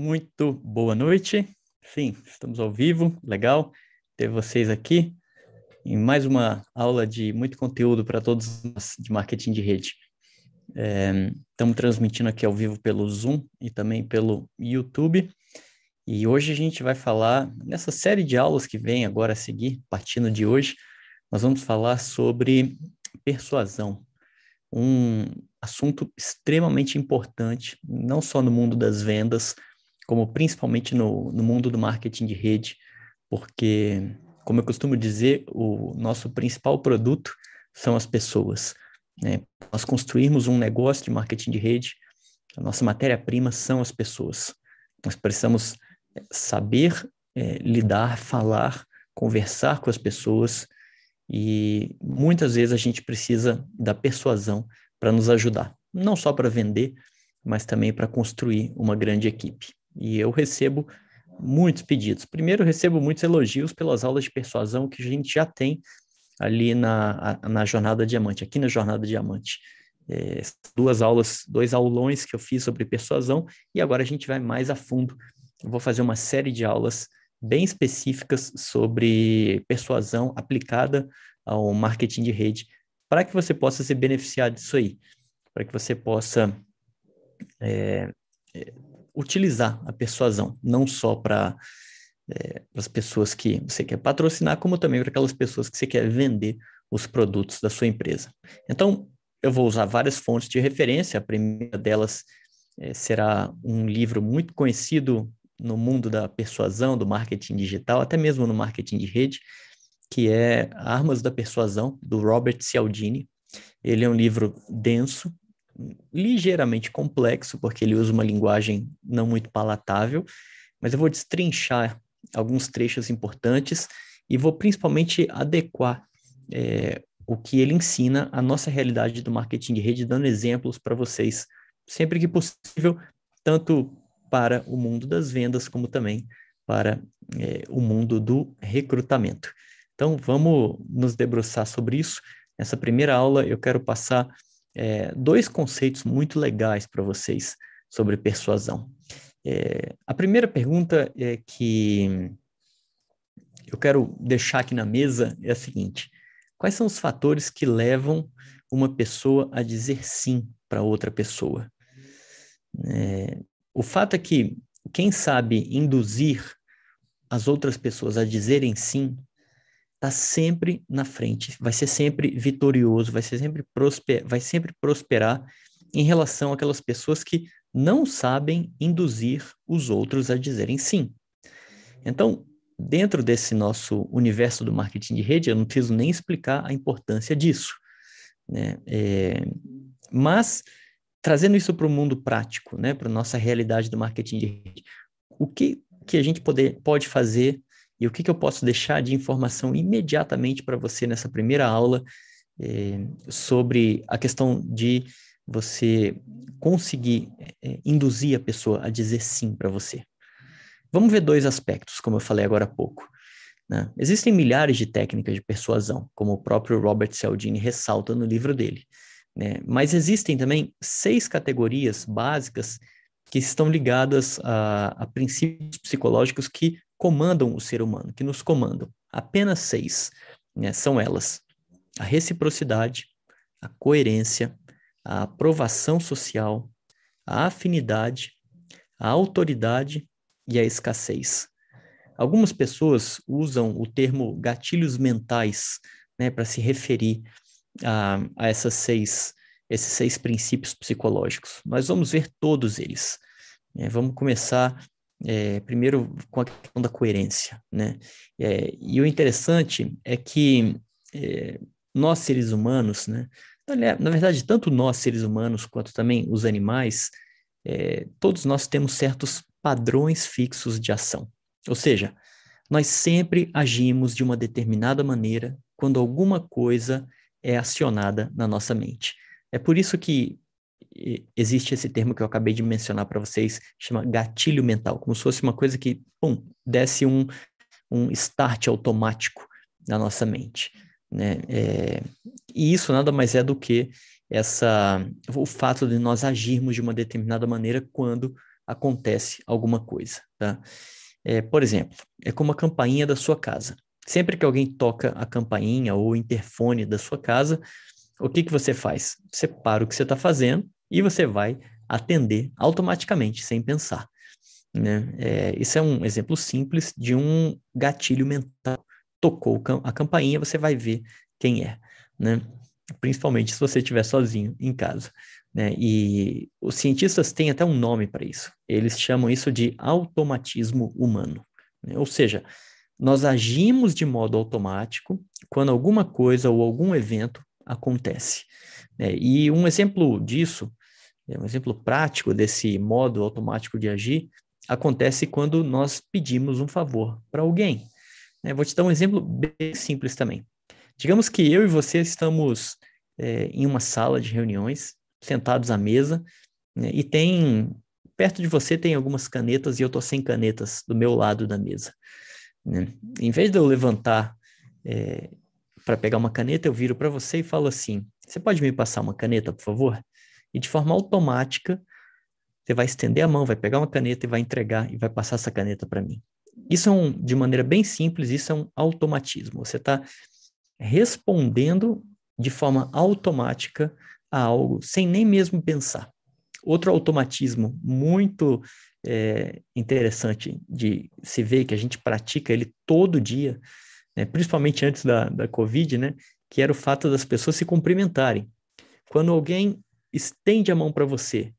Muito boa noite. Sim, estamos ao vivo. Legal ter vocês aqui em mais uma aula de muito conteúdo para todos nós de marketing de rede. Estamos transmitindo aqui ao vivo pelo Zoom e também pelo YouTube. E hoje a gente vai falar, nessa série de aulas que vem agora a seguir, partindo de hoje, nós vamos falar sobre persuasão. Um assunto extremamente importante, não só no mundo das vendas, como principalmente no mundo do marketing de rede, porque, como eu costumo dizer, o nosso principal produto são as pessoas, né? Nós construirmos um negócio de marketing de rede, a nossa matéria-prima são as pessoas. Nós precisamos saber lidar, falar, conversar com as pessoas, e muitas vezes a gente precisa da persuasão para nos ajudar, não só para vender, mas também para construir uma grande equipe. E eu recebo muitos pedidos. Primeiro, eu recebo muitos elogios pelas aulas de persuasão que a gente já tem ali na Jornada Diamante, aqui na Jornada Diamante. Dois aulões que eu fiz sobre persuasão, e agora a gente vai mais a fundo. Eu vou fazer uma série de aulas bem específicas sobre persuasão aplicada ao marketing de rede, para que você possa se beneficiar disso aí, para que você possa utilizar a persuasão, não só para as pessoas que você quer patrocinar, como também para aquelas pessoas que você quer vender os produtos da sua empresa. Então, eu vou usar várias fontes de referência. A primeira delas será um livro muito conhecido no mundo da persuasão, do marketing digital, até mesmo no marketing de rede, que é Armas da Persuasão, do Robert Cialdini. Ele é um livro denso, ligeiramente complexo, porque ele usa uma linguagem não muito palatável, mas eu vou destrinchar alguns trechos importantes e vou principalmente adequar o que ele ensina à nossa realidade do marketing de rede, dando exemplos para vocês, sempre que possível, tanto para o mundo das vendas, como também para o mundo do recrutamento. Então, vamos nos debruçar sobre isso. Nessa primeira aula, eu quero passar dois conceitos muito legais para vocês sobre persuasão. A primeira pergunta que eu quero deixar aqui na mesa é a seguinte: quais são os fatores que levam uma pessoa a dizer sim para outra pessoa? O fato é que quem sabe induzir as outras pessoas a dizerem sim está sempre na frente, vai ser sempre vitorioso, vai sempre prosperar em relação àquelas pessoas que não sabem induzir os outros a dizerem sim. Então, dentro desse nosso universo do marketing de rede, eu não preciso nem explicar a importância disso, né? Mas, trazendo isso para o mundo prático, né, para a nossa realidade do marketing de rede, o que a gente pode fazer e o que eu posso deixar de informação imediatamente para você nessa primeira aula sobre a questão de você conseguir induzir a pessoa a dizer sim para você. Vamos ver dois aspectos, como eu falei agora há pouco, né? Existem milhares de técnicas de persuasão, como o próprio Robert Cialdini ressalta no livro dele, né? Mas existem também 6 categorias básicas que estão ligadas a princípios psicológicos que comandam o ser humano, que nos comandam. Apenas 6, né? São elas: a reciprocidade, a coerência, a aprovação social, a afinidade, a autoridade e a escassez. Algumas pessoas usam o termo gatilhos mentais, né, para se referir a esses 6 princípios psicológicos. Nós vamos ver todos eles. Vamos começar primeiro com a questão da coerência, né? E o interessante é que nós, seres humanos, né, na verdade, tanto nós, seres humanos, quanto também os animais, todos nós temos certos padrões fixos de ação. Ou seja, nós sempre agimos de uma determinada maneira quando alguma coisa é acionada na nossa mente. É por isso que existe esse termo que eu acabei de mencionar para vocês, chama gatilho mental, como se fosse uma coisa que, pum, desse um start automático na nossa mente, né? E isso nada mais é do que o fato de nós agirmos de uma determinada maneira quando acontece alguma coisa, tá? Por exemplo, é como a campainha da sua casa. Sempre que alguém toca a campainha ou o interfone da sua casa, o que que você faz? Você para o que você está fazendo e você vai atender automaticamente, sem pensar, né? Isso é um exemplo simples de um gatilho mental. Tocou a campainha, você vai ver quem é, né? Principalmente se você estiver sozinho em casa, né? E os cientistas têm até um nome para isso. Eles chamam isso de automatismo humano, né? Ou seja, nós agimos de modo automático quando alguma coisa ou algum evento acontece, né? E um exemplo disso, um exemplo prático desse modo automático de agir, acontece quando nós pedimos um favor para alguém, né? Vou te dar um exemplo bem simples também. Digamos que eu e você estamos em uma sala de reuniões, sentados à mesa, né, e perto de você tem algumas canetas e eu estou sem canetas do meu lado da mesa, né? Em vez de eu levantar para pegar uma caneta, eu viro para você e falo assim: você pode me passar uma caneta, por favor? E de forma automática, você vai estender a mão, vai pegar uma caneta e vai entregar e vai passar essa caneta para mim. Isso de maneira bem simples, isso é um automatismo. Você está respondendo de forma automática a algo, sem nem mesmo pensar. Outro automatismo muito interessante de se ver, que a gente pratica ele todo dia, né, principalmente antes da Covid, né, que era o fato das pessoas se cumprimentarem. Quando alguém estende a mão para você,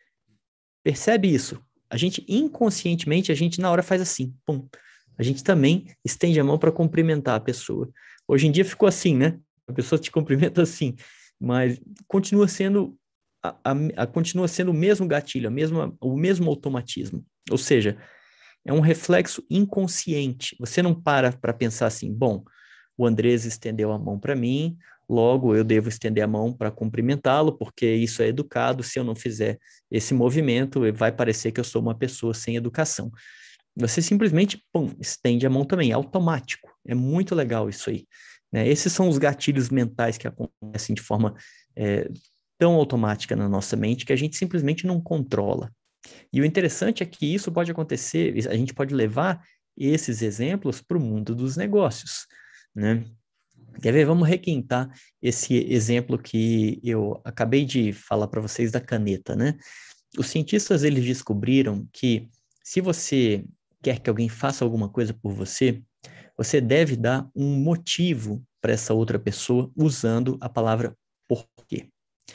percebe isso? A gente inconscientemente, a gente na hora faz assim, pum. A gente também estende a mão para cumprimentar a pessoa. Hoje em dia ficou assim, né? A pessoa te cumprimenta assim, mas continua sendo continua sendo o mesmo gatilho, o mesmo automatismo. Ou seja, é um reflexo inconsciente. Você não para pensar assim, bom, o Andrés estendeu a mão para mim, logo eu devo estender a mão para cumprimentá-lo, porque isso é educado. Se eu não fizer esse movimento, vai parecer que eu sou uma pessoa sem educação. Você simplesmente, pum, estende a mão também, é automático. É muito legal isso aí, né? Esses são os gatilhos mentais que acontecem de forma tão automática na nossa mente que a gente simplesmente não controla. E o interessante é que isso pode acontecer, a gente pode levar esses exemplos para o mundo dos negócios, né? Quer ver? Vamos requintar esse exemplo que eu acabei de falar para vocês da caneta, né? Os cientistas, eles descobriram que se você quer que alguém faça alguma coisa por você, você deve dar um motivo para essa outra pessoa usando a palavra porquê.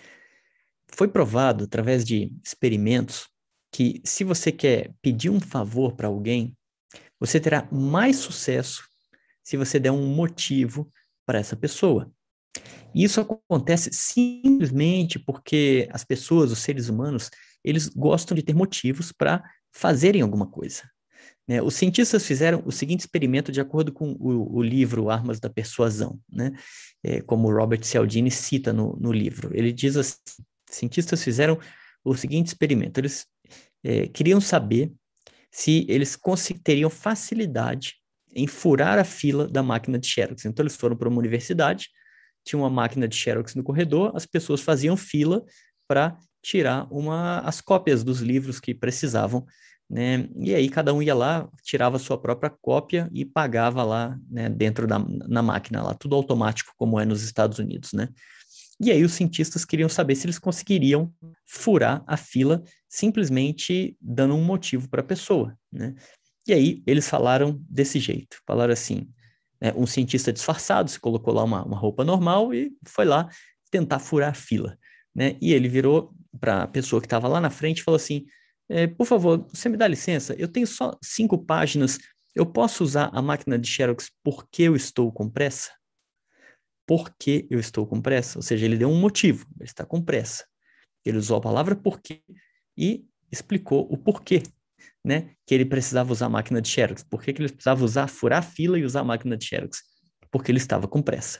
Foi provado através de experimentos que se você quer pedir um favor para alguém, você terá mais sucesso se você der um motivo para essa pessoa. E isso acontece simplesmente porque as pessoas, os seres humanos, eles gostam de ter motivos para fazerem alguma coisa, né? Os cientistas fizeram o seguinte experimento de acordo com o livro Armas da Persuasão, né? Como Robert Cialdini cita no livro. Ele diz assim, cientistas fizeram o seguinte experimento, eles queriam saber se eles teriam facilidade em furar a fila da máquina de Xerox. Então eles foram para uma universidade, tinha uma máquina de Xerox no corredor, as pessoas faziam fila para tirar as cópias dos livros que precisavam, né? E aí cada um ia lá, tirava a sua própria cópia e pagava lá, né, dentro na máquina lá, tudo automático como é nos Estados Unidos, né? E aí os cientistas queriam saber se eles conseguiriam furar a fila simplesmente dando um motivo para a pessoa, né? E aí eles falaram desse jeito, falaram assim, um cientista disfarçado se colocou lá uma roupa normal e foi lá tentar furar a fila, né? E ele virou para a pessoa que estava lá na frente e falou assim, por favor, você me dá licença, eu tenho só 5 páginas, eu posso usar a máquina de Xerox porque eu estou com pressa? Por que eu estou com pressa? Ou seja, ele deu um motivo, ele está com pressa. Ele usou a palavra porquê e explicou o porquê, né, que ele precisava usar a máquina de Xerox. Por que ele precisava furar a fila e usar a máquina de Xerox? Porque ele estava com pressa.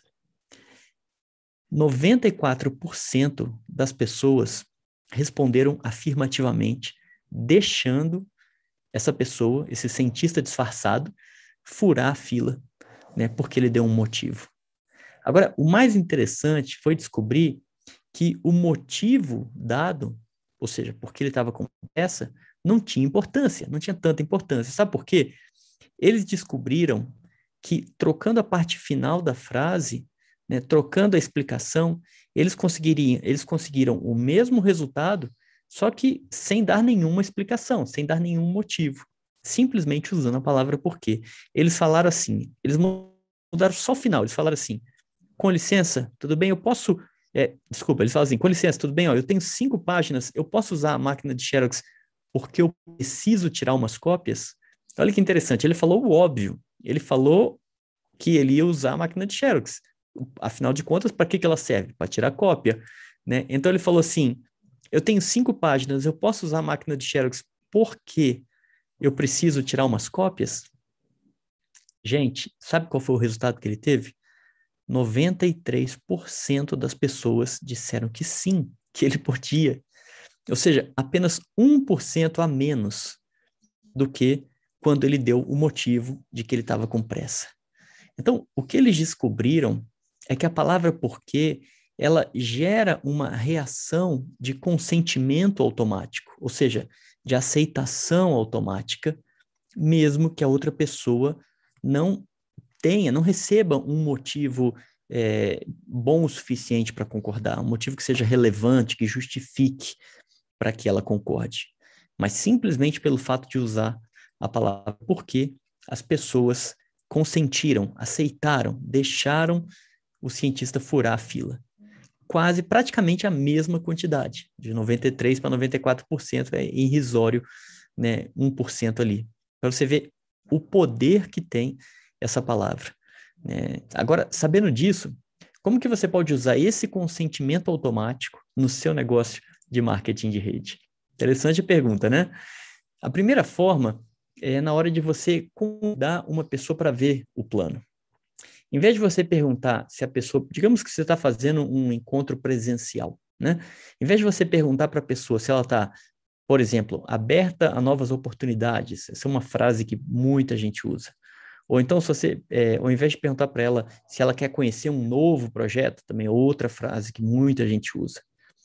94% das pessoas responderam afirmativamente, deixando essa pessoa, esse cientista disfarçado, furar a fila, né, porque ele deu um motivo. Agora, o mais interessante foi descobrir que o motivo dado, ou seja, porque ele estava com pressa, não tinha importância, não tinha tanta importância. Sabe por quê? Eles descobriram que trocando a parte final da frase, né, trocando a explicação, eles conseguiram o mesmo resultado, só que sem dar nenhuma explicação, sem dar nenhum motivo, simplesmente usando a palavra porquê. Eles falaram assim, eles mudaram só o final, eles falaram assim, com licença, tudo bem, eu posso... desculpa, eles falam assim, com licença, tudo bem, ó, eu tenho 5 páginas, eu posso usar a máquina de Xerox porque eu preciso tirar umas cópias? Olha que interessante, ele falou o óbvio, ele falou que ele ia usar a máquina de Xerox. Afinal de contas, para que ela serve? Para tirar cópia, né? Então ele falou assim, eu tenho 5 páginas, eu posso usar a máquina de Xerox porque eu preciso tirar umas cópias? Gente, sabe qual foi o resultado que ele teve? 93% das pessoas disseram que sim, que ele podia. Ou seja, apenas 1% a menos do que quando ele deu o motivo de que ele estava com pressa. Então, o que eles descobriram é que a palavra porquê, ela gera uma reação de consentimento automático, ou seja, de aceitação automática, mesmo que a outra pessoa não não receba um motivo bom o suficiente para concordar, um motivo que seja relevante, que justifique para que ela concorde. Mas simplesmente pelo fato de usar a palavra porquê, as pessoas consentiram, aceitaram, deixaram o cientista furar a fila. Quase praticamente a mesma quantidade, de 93% para 94%, é irrisório, né, 1% ali. Para você ver o poder que tem essa palavra. Agora, sabendo disso, como que você pode usar esse consentimento automático no seu negócio de marketing de rede? Interessante pergunta, né? A primeira forma é na hora de você convidar uma pessoa para ver o plano. Em vez de você perguntar se a pessoa, digamos que você está fazendo um encontro presencial, né? Em vez de você perguntar para a pessoa se ela está, por exemplo, aberta a novas oportunidades, essa é uma frase que muita gente usa. Ou então, se você, ao invés de perguntar para ela se ela quer conhecer um novo projeto, também é outra frase que muita gente usa.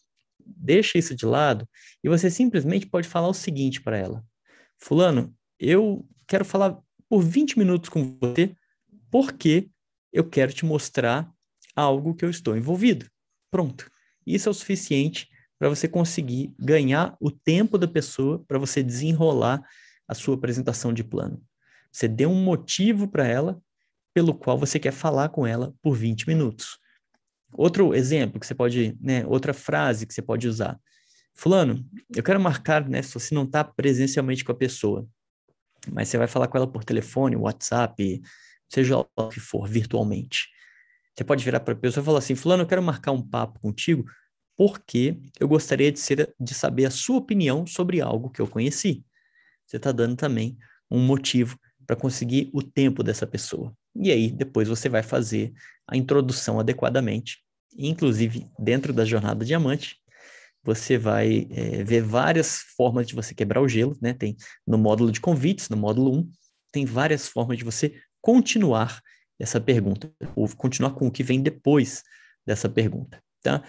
Deixa isso de lado e você simplesmente pode falar o seguinte para ela: Fulano, eu quero falar por 20 minutos com você porque eu quero te mostrar algo que eu estou envolvido. Pronto. Isso é o suficiente para você conseguir ganhar o tempo da pessoa para você desenrolar a sua apresentação de plano. Você deu um motivo para ela pelo qual você quer falar com ela por 20 minutos. Outro exemplo que você pode, né, outra frase que você pode usar. Fulano, eu quero marcar, né, se você não está presencialmente com a pessoa, mas você vai falar com ela por telefone, WhatsApp, seja o que for, virtualmente. Você pode virar para a pessoa e falar assim, fulano, eu quero marcar um papo contigo porque eu gostaria de saber a sua opinião sobre algo que eu conheci. Você está dando também um motivo para conseguir o tempo dessa pessoa. E aí, depois você vai fazer a introdução adequadamente. Inclusive, dentro da jornada diamante, você vai ver várias formas de você quebrar o gelo, né? Tem no módulo de convites, no módulo 1, tem várias formas de você continuar essa pergunta, ou continuar com o que vem depois dessa pergunta, tá?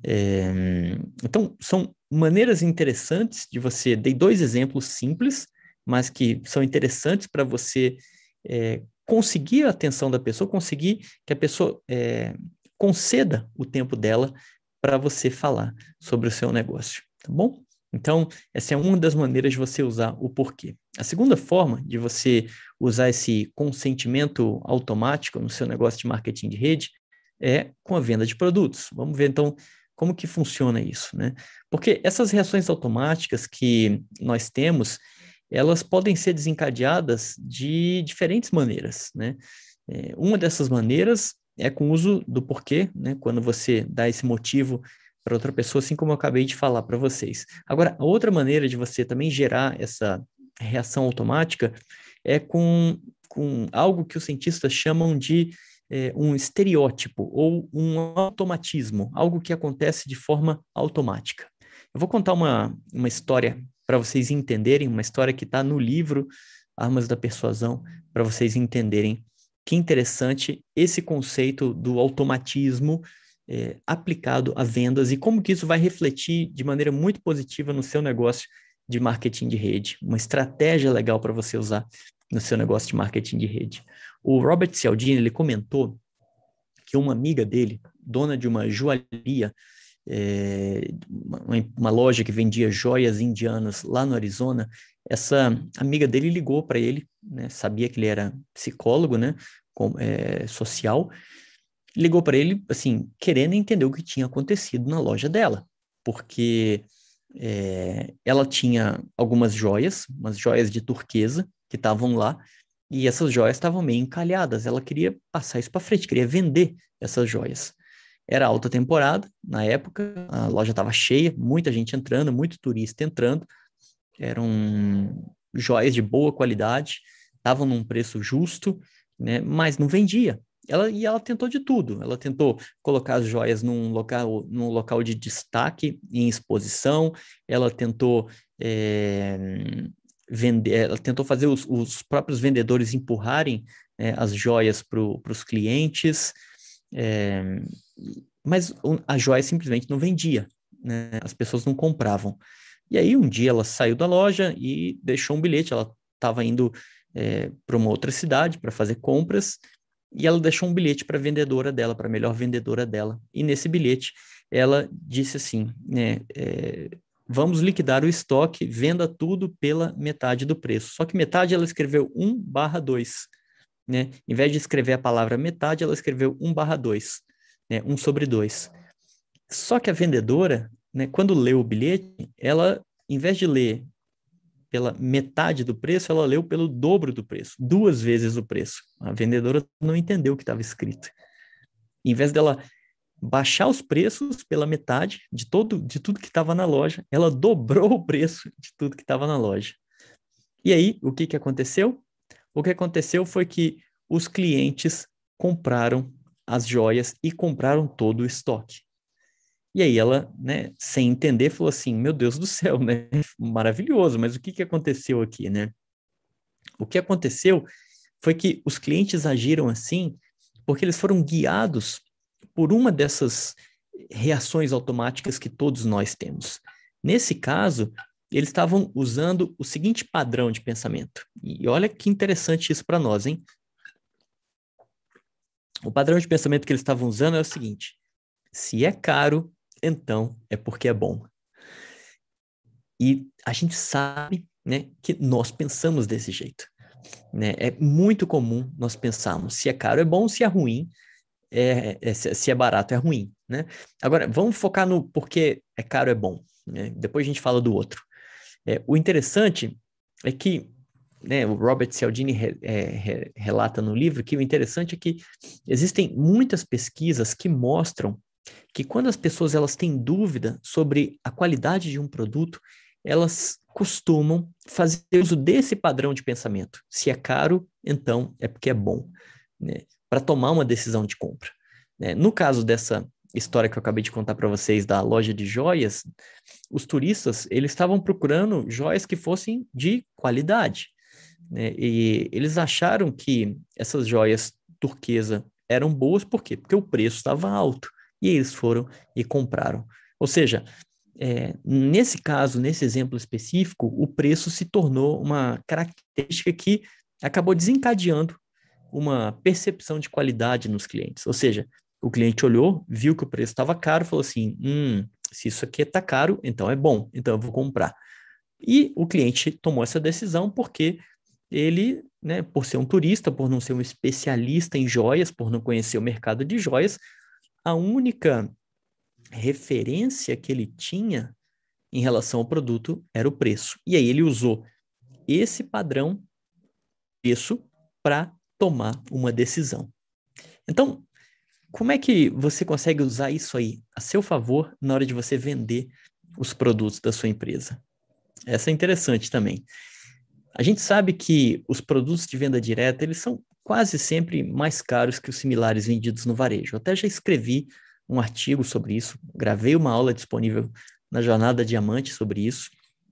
Então, são maneiras interessantes de você... Dei 2 exemplos simples, mas que são interessantes para você conseguir a atenção da pessoa, conseguir que a pessoa conceda o tempo dela para você falar sobre o seu negócio, tá bom? Então, essa é uma das maneiras de você usar o porquê. A segunda forma de você usar esse consentimento automático no seu negócio de marketing de rede é com a venda de produtos. Vamos ver, então, como que funciona isso, né? Porque essas reações automáticas que nós temos, elas podem ser desencadeadas de diferentes maneiras, né? Uma dessas maneiras é com o uso do porquê, né? Quando você dá esse motivo para outra pessoa, assim como eu acabei de falar para vocês. Agora, a outra maneira de você também gerar essa reação automática é com algo que os cientistas chamam de um estereótipo ou um automatismo, algo que acontece de forma automática. Eu vou contar uma história para vocês entenderem, uma história que está no livro Armas da Persuasão, para vocês entenderem que interessante esse conceito do automatismo aplicado a vendas e como que isso vai refletir de maneira muito positiva no seu negócio de marketing de rede, uma estratégia legal para você usar no seu negócio de marketing de rede. O Robert Cialdini, ele comentou que uma amiga dele, dona de uma joalheria, uma loja que vendia joias indianas lá no Arizona, essa amiga dele ligou para ele, né, sabia que ele era psicólogo, né, social, ligou para ele, assim, querendo entender o que tinha acontecido na loja dela, porque ela tinha algumas joias, umas joias de turquesa que estavam lá, e essas joias estavam meio encalhadas. Ela queria passar isso para frente, queria vender essas joias. Era alta temporada, na época, a loja estava cheia, muita gente entrando, muito turista entrando, eram joias de boa qualidade, estavam num preço justo, né, mas não vendia. Ela tentou de tudo. Ela tentou colocar as joias num local de destaque, em exposição. Ela tentou vender. Ela tentou fazer os próprios vendedores empurrarem as joias para os clientes. É, mas a joia simplesmente não vendia, né? As pessoas não compravam. E aí um dia ela saiu da loja e deixou um bilhete. Ela estava indo para uma outra cidade para fazer compras e ela deixou um bilhete para a vendedora dela, para a melhor vendedora dela. E nesse bilhete ela disse assim, né, vamos liquidar o estoque, venda tudo pela metade do preço. Só que metade ela escreveu 1/2, né? Em vez de escrever a palavra metade, ela escreveu 1/2, né? 1/2. Só que a vendedora, né, quando leu o bilhete, ela, em vez de ler pela metade do preço, ela leu pelo dobro do preço, 2 vezes o preço. A vendedora não entendeu o que estava escrito. Em vez dela baixar os preços pela metade de tudo que estava na loja, ela dobrou o preço de tudo que estava na loja. E aí, o que aconteceu? O que aconteceu foi que os clientes compraram as joias e compraram todo o estoque. E aí ela, né, sem entender, falou assim, meu Deus do céu, né, maravilhoso, mas o que aconteceu aqui, né? O que aconteceu foi que os clientes agiram assim porque eles foram guiados por uma dessas reações automáticas que todos nós temos. Nesse caso, eles estavam usando o seguinte padrão de pensamento. E olha que interessante isso para nós, hein? O padrão de pensamento que eles estavam usando é o seguinte: se é caro, então é porque é bom. E a gente sabe, né, que nós pensamos desse jeito, né? É muito comum nós pensarmos se é caro é bom, se é ruim, se é barato é ruim, né? Agora, vamos focar no porquê é caro é bom, né? Depois a gente fala do outro. O interessante é que, né, o Robert Cialdini relata no livro que o interessante é que existem muitas pesquisas que mostram que quando as pessoas elas têm dúvida sobre a qualidade de um produto, elas costumam fazer uso desse padrão de pensamento. Se é caro, então é porque é bom, né? Para tomar uma decisão de compra, né? No caso dessa história que eu acabei de contar para vocês da loja de joias, os turistas eles estavam procurando joias que fossem de qualidade, né? E eles acharam que essas joias turquesa eram boas, por quê? Porque o preço estava alto. E eles foram e compraram. Ou seja, nesse caso, nesse exemplo específico, o preço se tornou uma característica que acabou desencadeando uma percepção de qualidade nos clientes. Ou seja, o cliente olhou, viu que o preço estava caro, falou assim: se isso aqui está caro, então é bom, então eu vou comprar. E o cliente tomou essa decisão porque ele, né, por ser um turista, por não ser um especialista em joias, por não conhecer o mercado de joias, a única referência que ele tinha em relação ao produto era o preço. E aí ele usou esse padrão preço para tomar uma decisão. Então, como é que você consegue usar isso aí a seu favor na hora de você vender os produtos da sua empresa? Essa é interessante também. A gente sabe que os produtos de venda direta, eles são quase sempre mais caros que os similares vendidos no varejo. Eu até já escrevi um artigo sobre isso, gravei uma aula disponível na Jornada Diamante sobre isso,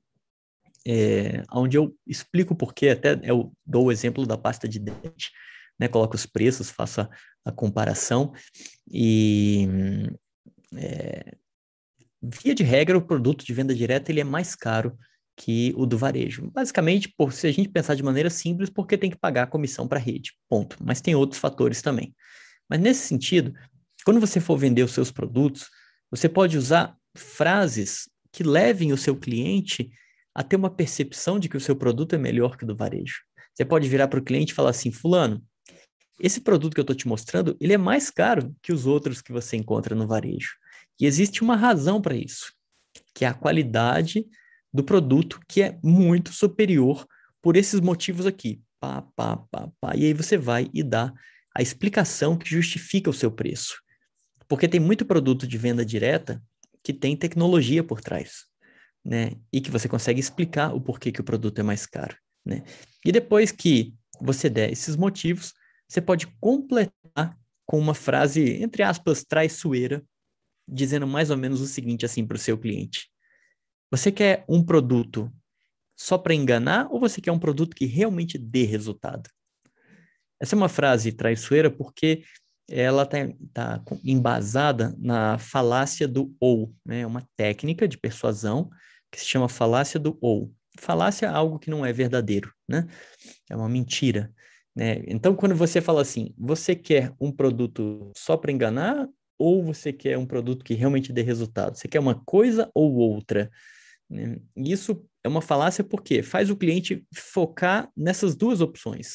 onde eu explico por quê, até eu dou o exemplo da pasta de dente, né? Coloco os preços, faço a comparação e via de regra o produto de venda direta ele é mais caro que o do varejo. Basicamente, se a gente pensar de maneira simples, porque tem que pagar a comissão para a rede, ponto. Mas tem outros fatores também. Mas nesse sentido, quando você for vender os seus produtos, você pode usar frases que levem o seu cliente a ter uma percepção de que o seu produto é melhor que o do varejo. Você pode virar para o cliente e falar assim, fulano, esse produto que eu estou te mostrando, ele é mais caro que os outros que você encontra no varejo. E existe uma razão para isso, que é a qualidade do produto, que é muito superior por esses motivos aqui. Pá, pá, pá, pá. E aí você vai e dá a explicação que justifica o seu preço. Porque tem muito produto de venda direta que tem tecnologia por trás, né? E que você consegue explicar o porquê que o produto é mais caro, né? E depois que você der esses motivos, você pode completar com uma frase, entre aspas, traiçoeira, dizendo mais ou menos o seguinte assim para o seu cliente. Você quer um produto só para enganar ou você quer um produto que realmente dê resultado? Essa é uma frase traiçoeira porque ela tá embasada na falácia do ou, né? É uma técnica de persuasão que se chama falácia do ou. Falácia é algo que não é verdadeiro, né? É uma mentira, né? Então, quando você fala assim, você quer um produto só para enganar ou você quer um produto que realmente dê resultado? Você quer uma coisa ou outra? Né? E isso é uma falácia porque faz o cliente focar nessas duas opções.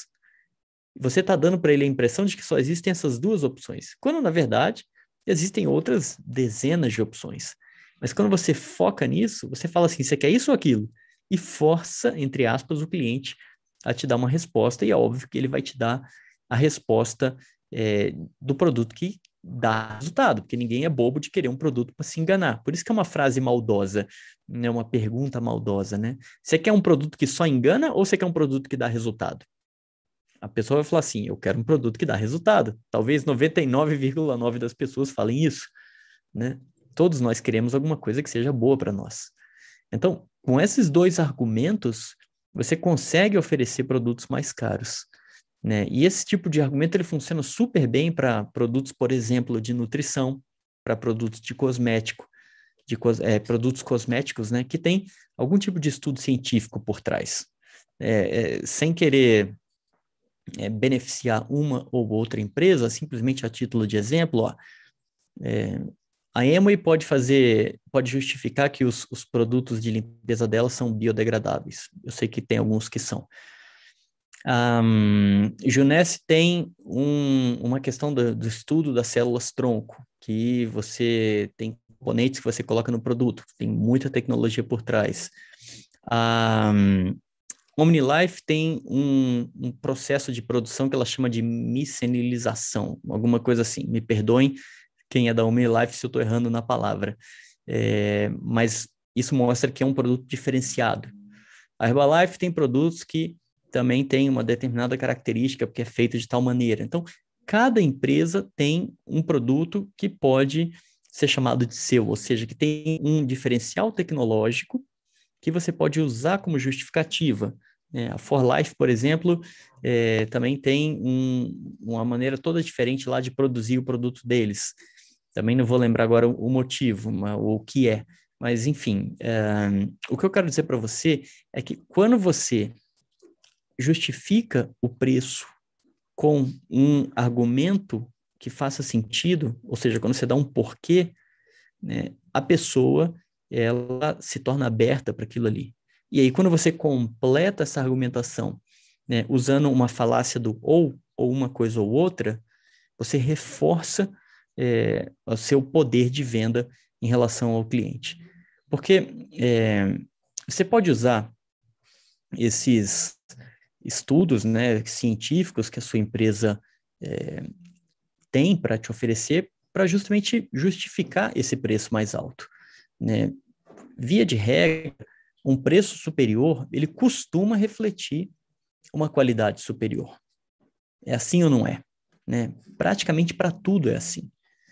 Você está dando para ele a impressão de que só existem essas duas opções, quando na verdade existem outras dezenas de opções. Mas quando você foca nisso, você fala assim, você quer isso ou aquilo? E força, entre aspas, o cliente a te dar uma resposta, e é óbvio que ele vai te dar a resposta do produto que dá resultado, porque ninguém é bobo de querer um produto para se enganar. Por isso que é uma frase maldosa, né? Uma pergunta maldosa, né? Você quer um produto que só engana ou você quer um produto que dá resultado? A pessoa vai falar assim: eu quero um produto que dá resultado. Talvez 99,9% das pessoas falem isso, né? Todos nós queremos alguma coisa que seja boa para nós. Então, com esses dois argumentos, você consegue oferecer produtos mais caros, né? E esse tipo de argumento ele funciona super bem para produtos, por exemplo, de nutrição, para produtos de cosmético, produtos cosméticos, né? Que tem algum tipo de estudo científico por trás. Sem querer beneficiar uma ou outra empresa, simplesmente a título de exemplo, ó, a Amway pode justificar que os produtos de limpeza dela são biodegradáveis. Eu sei que tem alguns que são. Junesse tem uma questão do estudo das células tronco, que você tem componentes que você coloca no produto, tem muita tecnologia por trás. OmniLife tem um processo de produção que ela chama de micelinização, alguma coisa assim. Me perdoem quem é da OmniLife se eu estou errando na palavra. Mas isso mostra que é um produto diferenciado. A Herbalife tem produtos que também têm uma determinada característica, porque é feito de tal maneira. Então, cada empresa tem um produto que pode ser chamado de seu, ou seja, que tem um diferencial tecnológico que você pode usar como justificativa. A For Life, por exemplo, também tem uma maneira toda diferente lá de produzir o produto deles. Também não vou lembrar agora o motivo, o que é. Mas, enfim, o que eu quero dizer para você é que quando você justifica o preço com um argumento que faça sentido, ou seja, quando você dá um porquê, né, a pessoa ela se torna aberta para aquilo ali. E aí, quando você completa essa argumentação, né, usando uma falácia do ou uma coisa ou outra, você reforça o seu poder de venda em relação ao cliente. Porque você pode usar esses estudos, né, científicos que a sua empresa tem para te oferecer para justamente justificar esse preço mais alto, né? Via de regra, um preço superior, ele costuma refletir uma qualidade superior. É assim ou não é? Né? Praticamente para tudo é assim.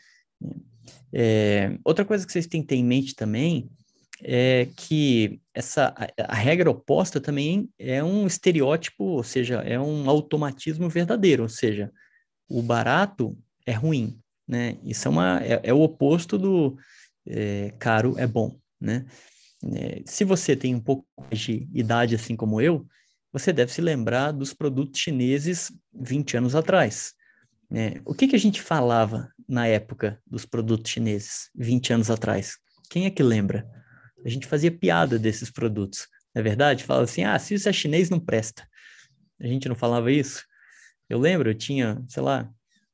Outra coisa que vocês têm que ter em mente também é que a regra oposta também é um estereótipo, ou seja, é um automatismo verdadeiro, ou seja, o barato é ruim, né? Isso é o oposto do caro é bom, né? Se você tem um pouco mais de idade, assim como eu, você deve se lembrar dos produtos chineses 20 anos atrás. O que que a gente falava na época dos produtos chineses, 20 anos atrás? Quem é que lembra? A gente fazia piada desses produtos, não é verdade? Falava assim, se isso é chinês, não presta. A gente não falava isso? Eu lembro, eu tinha, sei lá,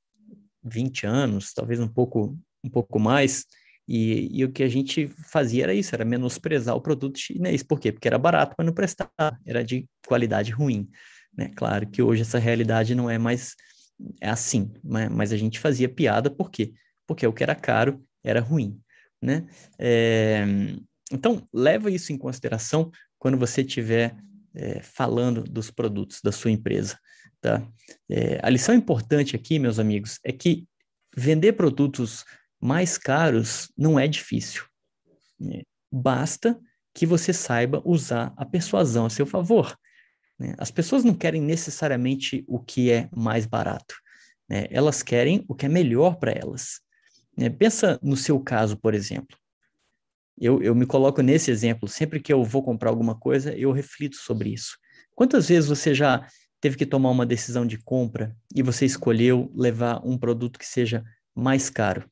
20 anos, talvez um pouco mais, e o que a gente fazia era isso, era menosprezar o produto chinês. Por quê? Porque era barato, mas não prestava, era de qualidade ruim, né? Claro que hoje essa realidade não é mais assim, mas a gente fazia piada, por quê? Porque o que era caro era ruim, né? É, então, leva isso em consideração quando você estiver falando dos produtos da sua empresa, tá? A lição importante aqui, meus amigos, é que vender produtos mais caros não é difícil, né? Basta que você saiba usar a persuasão a seu favor, né? As pessoas não querem necessariamente o que é mais barato, né? Elas querem o que é melhor para elas, né? Pensa no seu caso, por exemplo. Eu me coloco nesse exemplo, sempre que eu vou comprar alguma coisa, eu reflito sobre isso. Quantas vezes você já teve que tomar uma decisão de compra e você escolheu levar um produto que seja mais caro?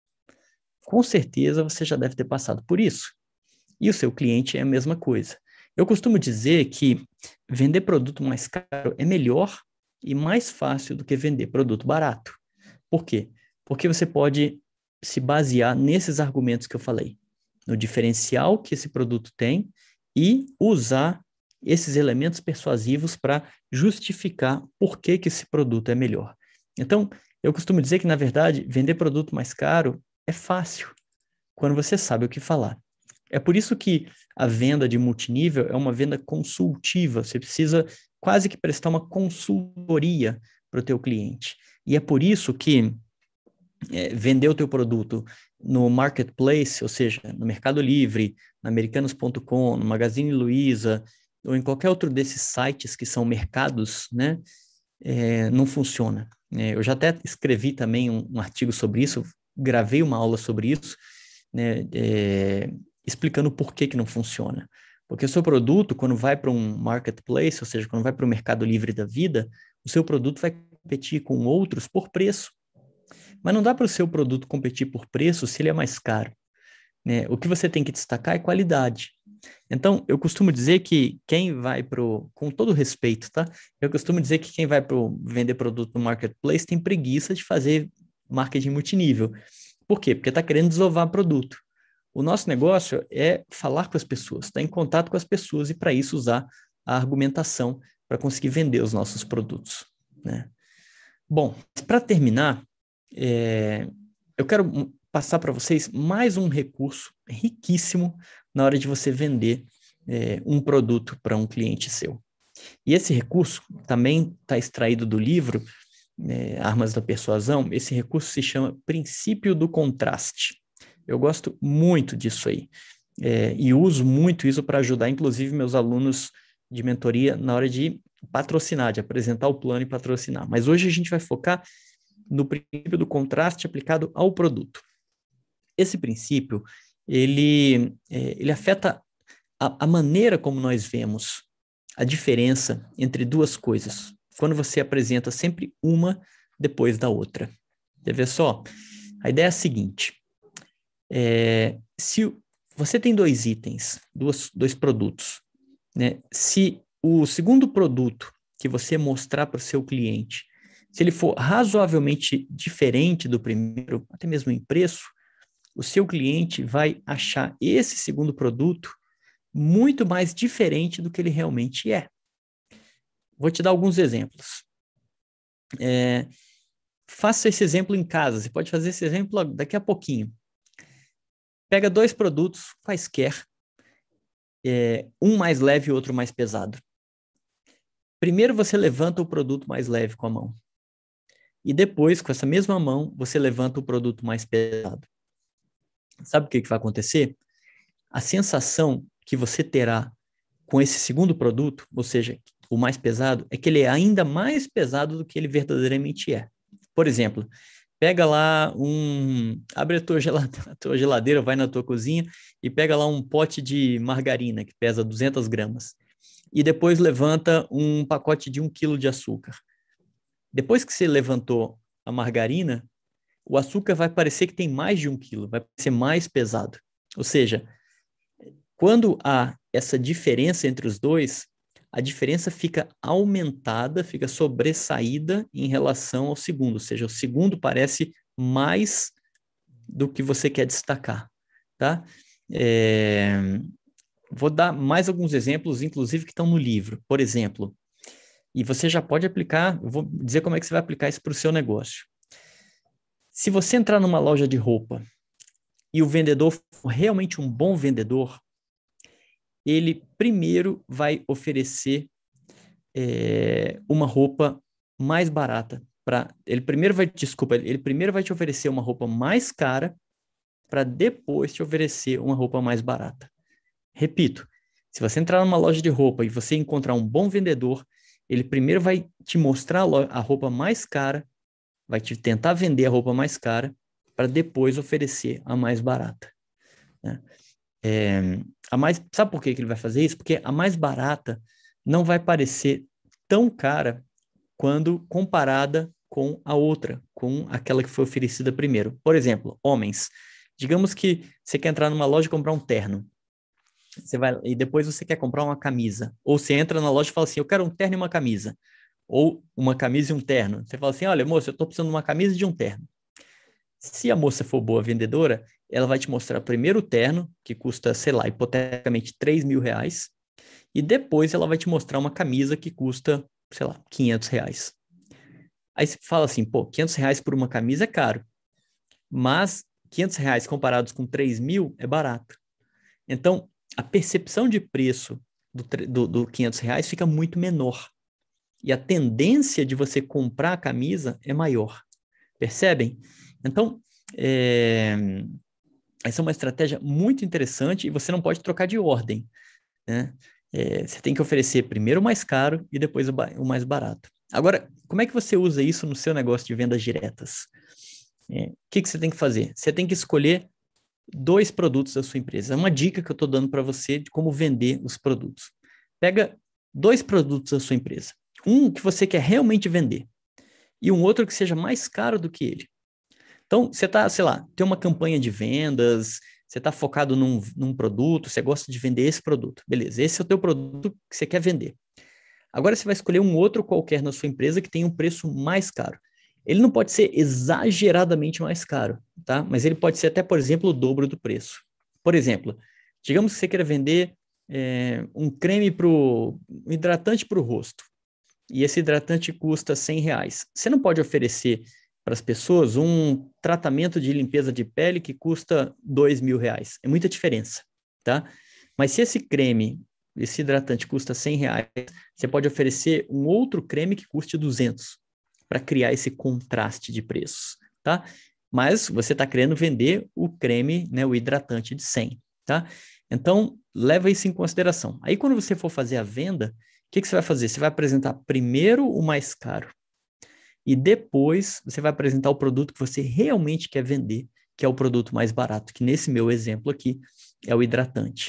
Com certeza você já deve ter passado por isso. E o seu cliente é a mesma coisa. Eu costumo dizer que vender produto mais caro é melhor e mais fácil do que vender produto barato. Por quê? Porque você pode se basear nesses argumentos que eu falei, no diferencial que esse produto tem e usar esses elementos persuasivos para justificar por que que esse produto é melhor. Então, eu costumo dizer que, na verdade, vender produto mais caro é fácil quando você sabe o que falar. É por isso que a venda de multinível é uma venda consultiva. Você precisa quase que prestar uma consultoria para o teu cliente. E é por isso que vender o teu produto no marketplace, ou seja, no Mercado Livre, na Americanos.com, no Magazine Luiza, ou em qualquer outro desses sites que são mercados, né, não funciona. Eu já até escrevi também um artigo sobre isso, gravei uma aula sobre isso, né, explicando por que que não funciona. Porque o seu produto, quando vai para um marketplace, ou seja, quando vai para o Mercado Livre da vida, o seu produto vai competir com outros por preço. Mas não dá para o seu produto competir por preço se ele é mais caro, né? O que você tem que destacar é qualidade. Então, eu costumo dizer que quem vai com todo respeito, tá? Eu costumo dizer que quem vai para vender produto no marketplace tem preguiça de fazer marketing multinível. Por quê? Porque está querendo desovar produto. O nosso negócio é falar com as pessoas, estar em contato com as pessoas e para isso usar a argumentação para conseguir vender os nossos produtos, né? Bom, para terminar, eu quero passar para vocês mais um recurso riquíssimo na hora de você vender um produto para um cliente seu. E esse recurso também está extraído do livro Armas da Persuasão. Esse recurso se chama Princípio do Contraste. Eu gosto muito disso aí. E uso muito isso para ajudar, inclusive, meus alunos de mentoria na hora de patrocinar, de apresentar o plano e patrocinar. Mas hoje a gente vai focar no princípio do contraste aplicado ao produto. Esse princípio, ele afeta a maneira como nós vemos a diferença entre duas coisas, quando você apresenta sempre uma depois da outra. Quer ver só? A ideia é a seguinte, se você tem dois itens, dois produtos, né? Se o segundo produto que você mostrar para o seu cliente, se ele for razoavelmente diferente do primeiro, até mesmo em preço, o seu cliente vai achar esse segundo produto muito mais diferente do que ele realmente é. Vou te dar alguns exemplos. Faça esse exemplo em casa. Você pode fazer esse exemplo daqui a pouquinho. Pega dois produtos quaisquer, um mais leve e outro mais pesado. Primeiro você levanta o produto mais leve com a mão. E depois, com essa mesma mão, você levanta o produto mais pesado. Sabe o que vai acontecer? A sensação que você terá com esse segundo produto, ou seja, o mais pesado, é que ele é ainda mais pesado do que ele verdadeiramente é. Por exemplo, Pega lá abre a tua geladeira, vai na tua cozinha e pega lá um pote de margarina que pesa 200 gramas. E depois levanta um pacote de 1 quilo de açúcar. Depois que você levantou a margarina, o açúcar vai parecer que tem mais de 1 quilo, vai ser mais pesado. Ou seja, quando há essa diferença entre os dois, a diferença fica aumentada, fica sobressaída em relação ao segundo, ou seja, o segundo parece mais do que você quer destacar, tá? É... Vou dar mais alguns exemplos, inclusive que estão no livro. Por exemplo, e você já pode aplicar, eu vou dizer como é que você vai aplicar isso para o seu negócio. Se você entrar numa loja de roupa e o vendedor for realmente um bom vendedor, ele primeiro vai oferecer uma roupa mais barata. Ele primeiro vai te oferecer uma roupa mais cara para depois te oferecer uma roupa mais barata. Repito, se você entrar numa loja de roupa e você encontrar um bom vendedor, ele primeiro vai te mostrar a roupa mais cara, vai te tentar vender a roupa mais cara para depois oferecer a mais barata, né? Sabe por que ele vai fazer isso? Porque a mais barata não vai parecer tão cara quando comparada com a outra, com aquela que foi oferecida primeiro. Por exemplo, homens. Digamos que você quer entrar numa loja e comprar um terno. Você vai, e depois você quer comprar uma camisa. Ou você entra na loja e fala assim, eu quero um terno e uma camisa. Ou uma camisa e um terno. Você fala assim, olha, moça, eu estou precisando de uma camisa e de um terno. Se a moça for boa vendedora, ela vai te mostrar primeiro o terno, que custa, sei lá, hipoteticamente R$ 3.000, e depois ela vai te mostrar uma camisa que custa, sei lá, R$ 500. Aí você fala assim, pô, R$ 500 por uma camisa é caro, mas R$ 500 comparados com 3.000 é barato. Então, a percepção de preço do R$ 500 fica muito menor. E a tendência de você comprar a camisa é maior. Percebem? Então, essa é uma estratégia muito interessante e você não pode trocar de ordem, né? Você tem que oferecer primeiro o mais caro e depois o mais barato. Agora, como é que você usa isso no seu negócio de vendas diretas? O que você tem que fazer? Você tem que escolher 2 produtos da sua empresa. É uma dica que eu estou dando para você de como vender os produtos. Pega 2 produtos da sua empresa. Um que você quer realmente vender e um outro que seja mais caro do que ele. Então, você está, sei lá, tem uma campanha de vendas, você está focado num produto, você gosta de vender esse produto. Beleza, esse é o teu produto que você quer vender. Agora você vai escolher um outro qualquer na sua empresa que tenha um preço mais caro. Ele não pode ser exageradamente mais caro, tá? Mas ele pode ser até, por exemplo, o dobro do preço. Por exemplo, digamos que você queira vender um creme um hidratante para o rosto. E esse hidratante custa R$ 100. Você não pode oferecer para as pessoas um tratamento de limpeza de pele que custa R$ 2.000. É muita diferença, tá? Mas se esse hidratante custa R$ 100, você pode oferecer um outro creme que custe 200 para criar esse contraste de preços, tá? Mas você está querendo vender o creme, né, o hidratante de 100, tá? Então, leva isso em consideração. Aí, quando você for fazer a venda, o que você vai fazer? Você vai apresentar primeiro o mais caro e depois você vai apresentar o produto que você realmente quer vender, que é o produto mais barato, que nesse meu exemplo aqui é o hidratante.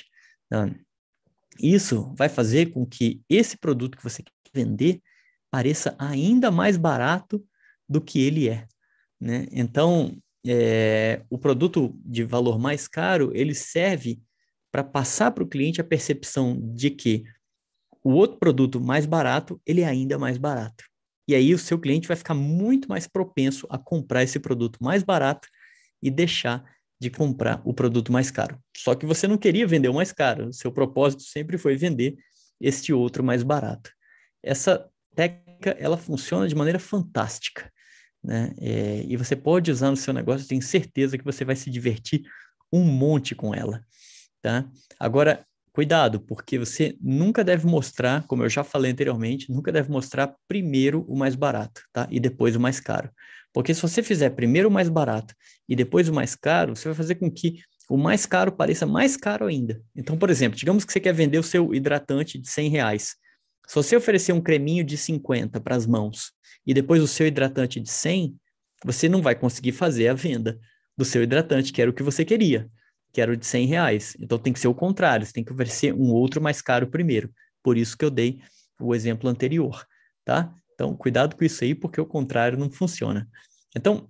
Isso vai fazer com que esse produto que você quer vender pareça ainda mais barato do que ele é, né? Então, o produto de valor mais caro, ele serve para passar para o cliente a percepção de que o outro produto mais barato, ele é ainda mais barato. E aí o seu cliente vai ficar muito mais propenso a comprar esse produto mais barato e deixar de comprar o produto mais caro. Só que você não queria vender o mais caro, o seu propósito sempre foi vender este outro mais barato. Essa técnica, ela funciona de maneira fantástica, né? E você pode usar no seu negócio, tenho certeza que você vai se divertir um monte com ela, tá? Agora, cuidado, porque você nunca deve mostrar, como eu já falei anteriormente, nunca deve mostrar primeiro o mais barato, tá? E depois o mais caro. Porque se você fizer primeiro o mais barato e depois o mais caro, você vai fazer com que o mais caro pareça mais caro ainda. Então, por exemplo, digamos que você quer vender o seu hidratante de R$ 100. Se você oferecer um creminho de 50 para as mãos e depois o seu hidratante de 100, você não vai conseguir fazer a venda do seu hidratante, que era o que você queria, que era o de R$ 100. Então tem que ser o contrário, você tem que oferecer um outro mais caro primeiro. Por isso que eu dei o exemplo anterior, tá? Então, cuidado com isso aí, porque o contrário não funciona. Então,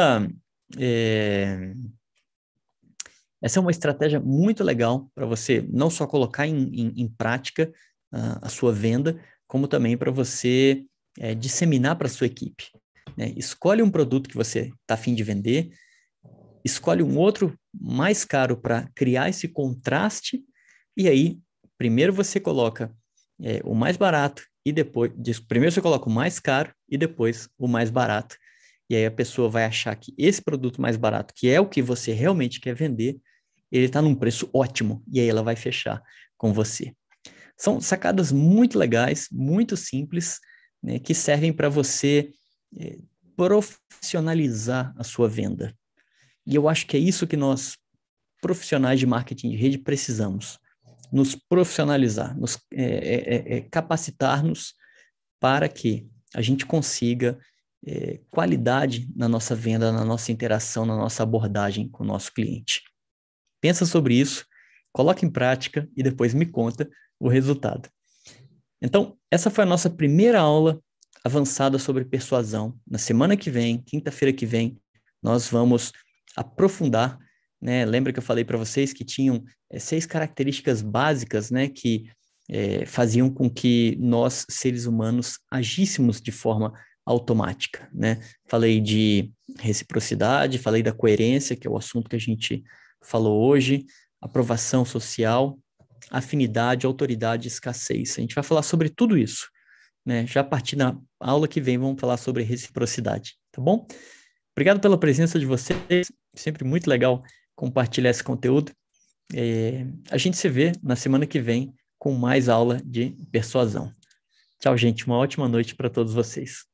essa é uma estratégia muito legal para você não só colocar em prática a sua venda, como também para você disseminar para a sua equipe, né? Escolhe um produto que você está a fim de vender, escolhe um outro mais caro para criar esse contraste, e aí, primeiro você coloca o mais barato e primeiro você coloca o mais caro e depois o mais barato. E aí a pessoa vai achar que esse produto mais barato, que é o que você realmente quer vender, ele está num preço ótimo, e aí ela vai fechar com você. São sacadas muito legais, muito simples, né, que servem para você profissionalizar a sua venda. E eu acho que é isso que nós, profissionais de marketing de rede, precisamos. Nos profissionalizar, capacitar-nos para que a gente consiga qualidade na nossa venda, na nossa interação, na nossa abordagem com o nosso cliente. Pensa sobre isso, coloca em prática e depois me conta o resultado. Então, essa foi a nossa primeira aula avançada sobre persuasão. Na semana que vem, quinta-feira que vem, nós vamos aprofundar, né? Lembra que eu falei para vocês que tinham 6 características básicas, né, que faziam com que nós, seres humanos, agíssemos de forma automática, né? Falei de reciprocidade, falei da coerência, que é o assunto que a gente falou hoje, aprovação social, afinidade, autoridade e escassez. A gente vai falar sobre tudo isso, né? Já a partir da aula que vem, vamos falar sobre reciprocidade, tá bom? Obrigado pela presença de vocês, sempre muito legal compartilhar esse conteúdo. A gente se vê na semana que vem com mais aula de persuasão. Tchau, gente, uma ótima noite para todos vocês.